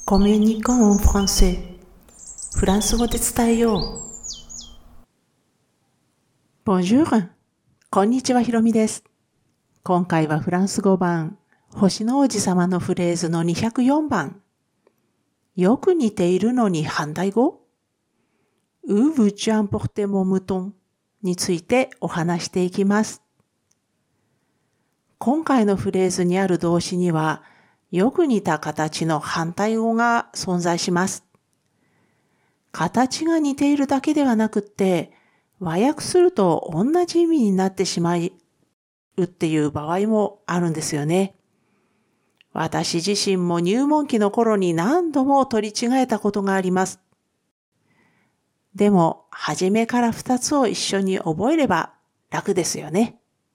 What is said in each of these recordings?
Communiquons en français. フランス語で伝えよう。Bonjour。こんにちは、ひろみです。今回はフランス語版、星の王子様のフレーズの204番。よく似ているのに反対語 Où veux-tu emporter mon mouton? についてお話していきます。今回のフレーズにある動詞には、よく似た形の反対語が存在します。形が似ているだけではなくって、和訳すると同じ意味になってしまうっていう場合もあるんですよね。私自身も入門期の頃に何度も取り違えたことがあります。でも、初めから2つを一緒に覚えれば楽ですよね。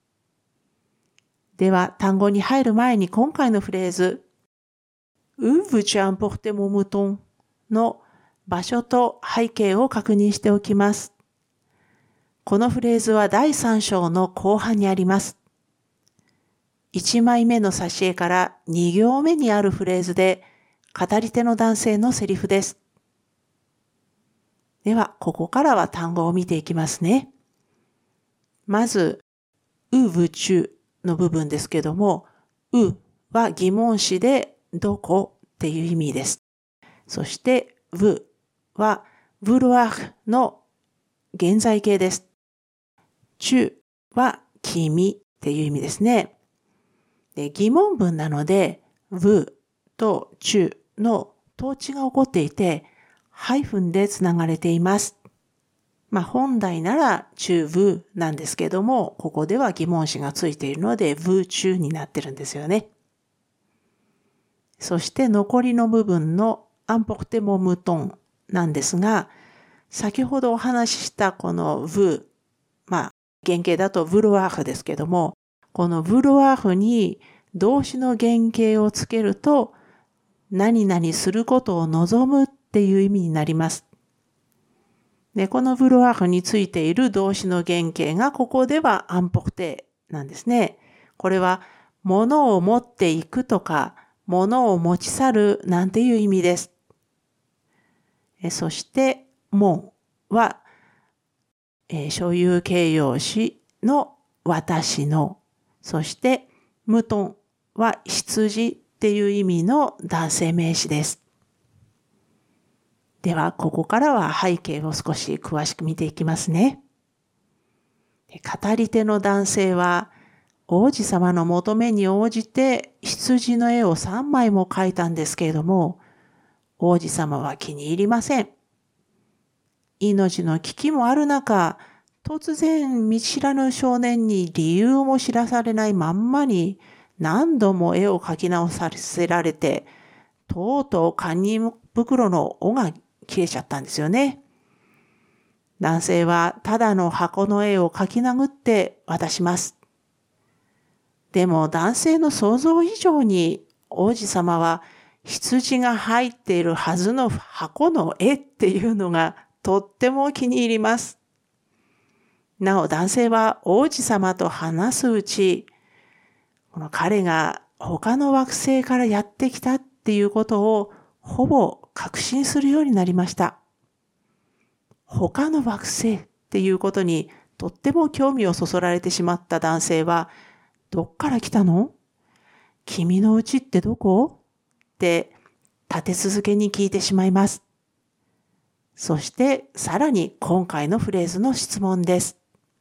では、単語に入る前に今回のフレーズ、Où veux-tu emporter mon mouton? の場所と背景を確認しておきます。このフレーズは第3章の後半にあります。1枚目の挿絵から2行目にあるフレーズで、語り手の男性のセリフです。では、ここからは単語を見ていきますね。まず、Où veux-tu の部分ですけども、Où は疑問詞でどこっていう意味です。そして、veux は vouloir の現在形です。tu は君っていう意味ですね。で、疑問文なので、veux と tu の統治が起こっていて、ハイフンでつながれています。本来なら tu veux なんですけども、ここでは疑問詞がついているので veux tu になってるんですよね。そして残りの部分のemporter mon mouton なんですが、先ほどお話ししたこの veux、原型だと vouloir ですけども、この vouloir に動詞の原型をつけると、何々することを望むっていう意味になります。で、この vouloir についている動詞の原型がここでは emporter なんですね。これは物を持っていくとか、物を持ち去るなんていう意味です。そして、mon は、所有形容詞の私の、そして、mouton は羊っていう意味の男性名詞です。では、ここからは背景を少し詳しく見ていきますね。語り手の男性は、王子様の求めに応じて羊の絵を3枚も描いたんですけれども、王子様は気に入りません。命の危機もある中、突然見知らぬ少年に理由も知らされないまんまに何度も絵を描き直させられて、とうとう堪忍袋の尾が切れちゃったんですよね。男性はただの箱の絵を描き殴って渡します。でも男性の想像以上に王子様は羊が入っているはずの箱の絵っていうのがとっても気に入ります。なお男性は王子様と話すうち、この彼が他の惑星からやってきたっていうことをほぼ確信するようになりました。他の惑星っていうことにとっても興味をそそられてしまった男性は、どっから来たの？君の家ってどこ？って立て続けに聞いてしまいます。そしてさらに今回のフレーズの質問です。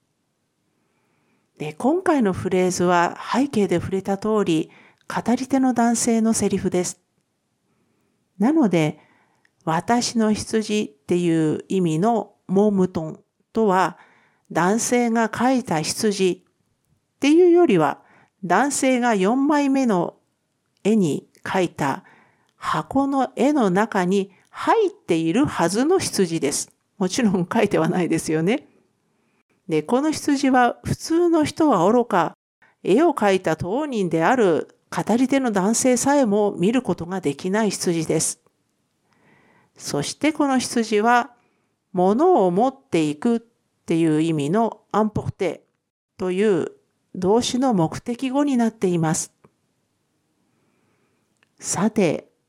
で、今回のフレーズは背景で触れた通り、語り手の男性のセリフです。なので、私の羊っていう意味のモムトンとは、男性が描いた羊っていうよりは、男性が4枚目の絵に描いた箱の絵の中に入っているはずの羊です。もちろん描いてはないですよね。で、この羊は普通の人は愚か、絵を描いた当人である語り手の男性さえも見ることができない羊です。そしてこの羊は、物を持っていくっていう意味のアンポクテという動詞の目的語になっています。さて、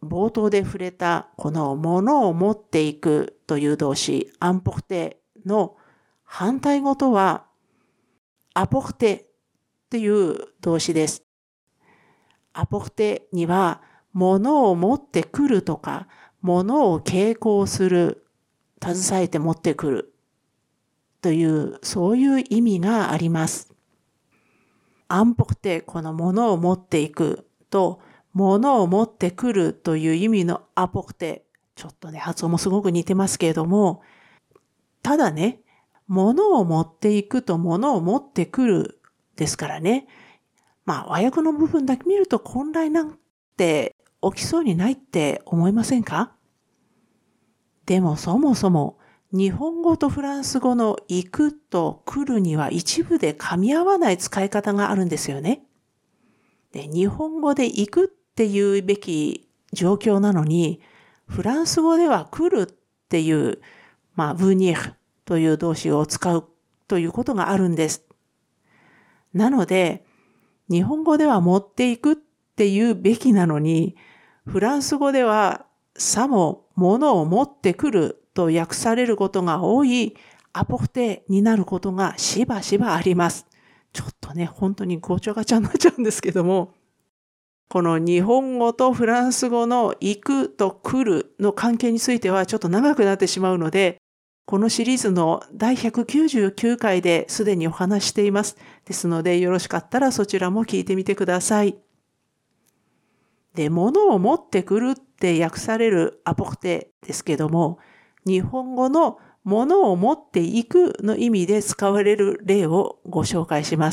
冒頭で触れたこのものを持っていくという動詞、アンポクテの反対語とは、アポクテという動詞です。アポクテには、ものを持ってくるとか、ものを携行する、携えて持ってくるという、そういう意味があります。アンポクテ、このものを持っていくと、ものを持ってくるという意味のアポクテ、ちょっとね、発音もすごく似てますけれども、ただね、ものを持っていくとものを持ってくるですからね、和訳の部分だけ見ると混乱なんて起きそうにないって思いませんか？でもそもそも日本語とフランス語の行くと来るには一部で噛み合わない使い方があるんですよね。で、日本語で行くっていうべき状況なのに、フランス語では来るっていう、venir という動詞を使うということがあるんです。なので、日本語では持っていくっていうべきなのに、フランス語ではさも物を持ってくると訳されることが多いアポクテになることがしばしばあります。ちょっとね、本当にごちゃごちゃになっちゃうんですけども、この日本語とフランス語の行くと来るの関係についてはちょっと長くなってしまうので、このシリーズの第199回ですでにお話しています。ですのでよろしかったらそちらも聞いてみてください。で、物を持ってくるって訳されるアポクテですけども、日本語の物を持っていくの意味で使われる例をご紹介します。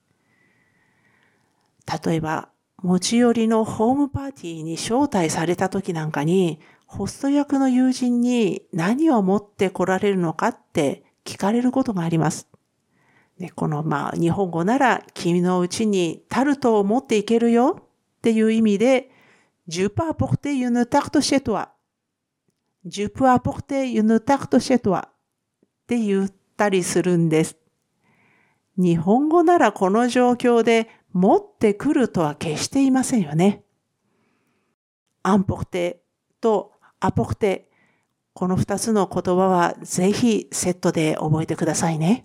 例えば、持ち寄りのホームパーティーに招待された時なんかに、ホスト役の友人に何を持って来られるのかって聞かれることがあります。で、この日本語なら君のうちにタルトを持っていけるよっていう意味で、Je peux apporter une tarte chez toi。Je peux apporter une tarte chez toi って言ったりするんです。日本語ならこの状況で持ってくるとは決していませんよね。アンポクテとアポクテ、この2つの言葉はぜひセットで覚えてくださいね。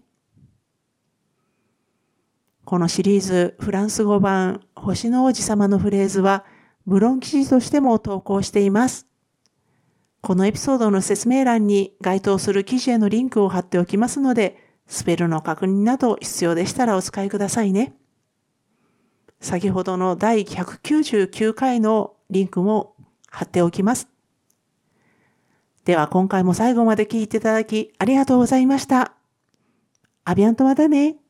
このシリーズフランス語版星の王子様のフレーズはブログ記事としても投稿しています。このエピソードの説明欄に該当する記事へのリンクを貼っておきますので、スペルの確認など必要でしたらお使いくださいね。先ほどの第199回のリンクも貼っておきます。では今回も最後まで聞いていただきありがとうございました。アビアントまたね。